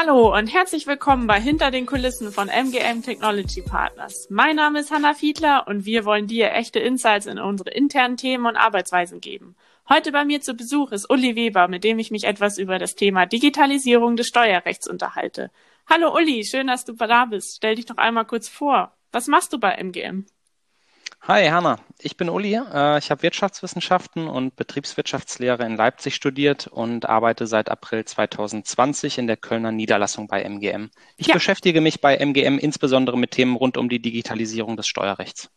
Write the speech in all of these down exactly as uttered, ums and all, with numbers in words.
Hallo und herzlich willkommen bei Hinter den Kulissen von M G M Technology Partners. Mein Name ist Hanna Fiedler und wir wollen dir echte Insights in unsere internen Themen und Arbeitsweisen geben. Heute bei mir zu Besuch ist Uli Weber, mit dem ich mich etwas über das Thema Digitalisierung des Steuerrechts unterhalte. Hallo Uli, schön, dass du da bist. Stell dich doch einmal kurz vor. Was machst du bei M G M? Hi Hanna, ich bin Uli. Äh, Ich habe Wirtschaftswissenschaften und Betriebswirtschaftslehre in Leipzig studiert und arbeite seit April zwanzig zwanzig in der Kölner Niederlassung bei M G M. Ich Ja, beschäftige mich bei M G M insbesondere mit Themen rund um die Digitalisierung des Steuerrechts.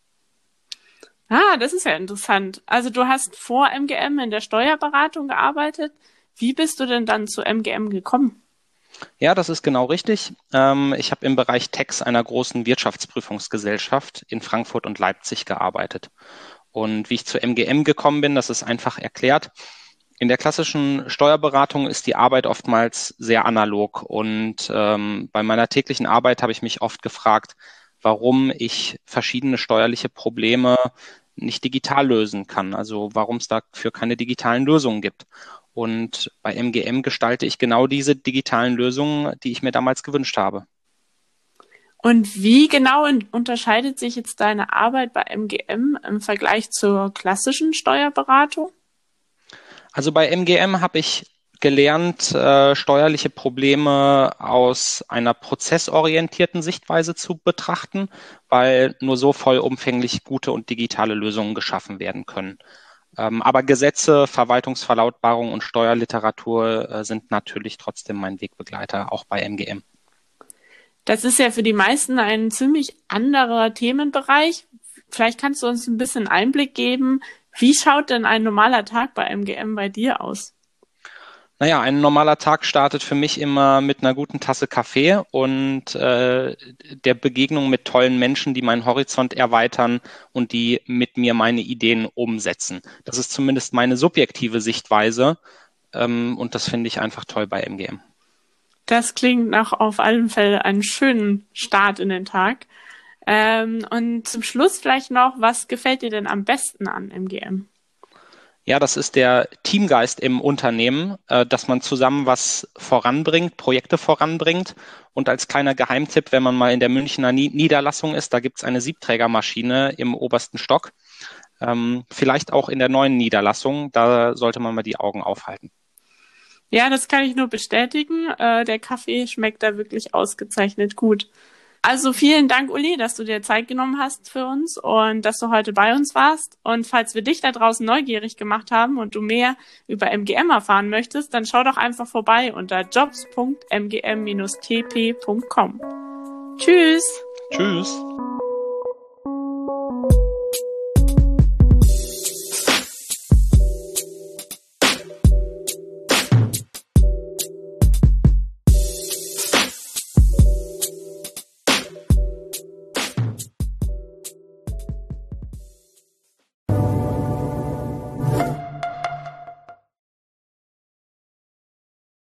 ah, das ist ja interessant. Also du hast vor M G M in der Steuerberatung gearbeitet. Wie bist du denn dann zu M G M gekommen? Ja, das ist genau richtig. Ähm, Ich habe im Bereich Tax einer großen Wirtschaftsprüfungsgesellschaft in Frankfurt und Leipzig gearbeitet. Und wie ich zu M G M gekommen bin, das ist einfach erklärt. In der klassischen Steuerberatung ist die Arbeit oftmals sehr analog und ähm, bei meiner täglichen Arbeit habe ich mich oft gefragt, warum ich verschiedene steuerliche Probleme nicht digital lösen kann, also warum es dafür keine digitalen Lösungen gibt. Und bei M G M gestalte ich genau diese digitalen Lösungen, die ich mir damals gewünscht habe. Und wie genau in- unterscheidet sich jetzt deine Arbeit bei M G M im Vergleich zur klassischen Steuerberatung? Also bei M G M habe ich gelernt, äh, steuerliche Probleme aus einer prozessorientierten Sichtweise zu betrachten, weil nur so vollumfänglich gute und digitale Lösungen geschaffen werden können. Ähm, aber Gesetze, Verwaltungsverlautbarung und Steuerliteratur äh, sind natürlich trotzdem mein Wegbegleiter, auch bei M G M. Das ist ja für die meisten ein ziemlich anderer Themenbereich. Vielleicht kannst du uns ein bisschen Einblick geben. Wie schaut denn ein normaler Tag bei M G M bei dir aus? Naja, ein normaler Tag startet für mich immer mit einer guten Tasse Kaffee und äh, der Begegnung mit tollen Menschen, die meinen Horizont erweitern und die mit mir meine Ideen umsetzen. Das ist zumindest meine subjektive Sichtweise, ähm, und das finde ich einfach toll bei M G M. Das klingt nach auf allen Fällen einen schönen Start in den Tag. Ähm, und zum Schluss vielleicht noch, was gefällt dir denn am besten an M G M? Ja, das ist der Teamgeist im Unternehmen, äh, dass man zusammen was voranbringt, Projekte voranbringt. Und als kleiner Geheimtipp, wenn man mal in der Münchner Ni- Niederlassung ist, da gibt es eine Siebträgermaschine im obersten Stock. Ähm, vielleicht auch in der neuen Niederlassung, da sollte man mal die Augen aufhalten. Ja, das kann ich nur bestätigen. Äh, der Kaffee schmeckt da wirklich ausgezeichnet gut. Also vielen Dank, Uli, dass du dir Zeit genommen hast für uns und dass du heute bei uns warst. Und falls wir dich da draußen neugierig gemacht haben und du mehr über M G M erfahren möchtest, dann schau doch einfach vorbei unter jobs punkt m g m dash t p punkt com. Tschüss! Tschüss.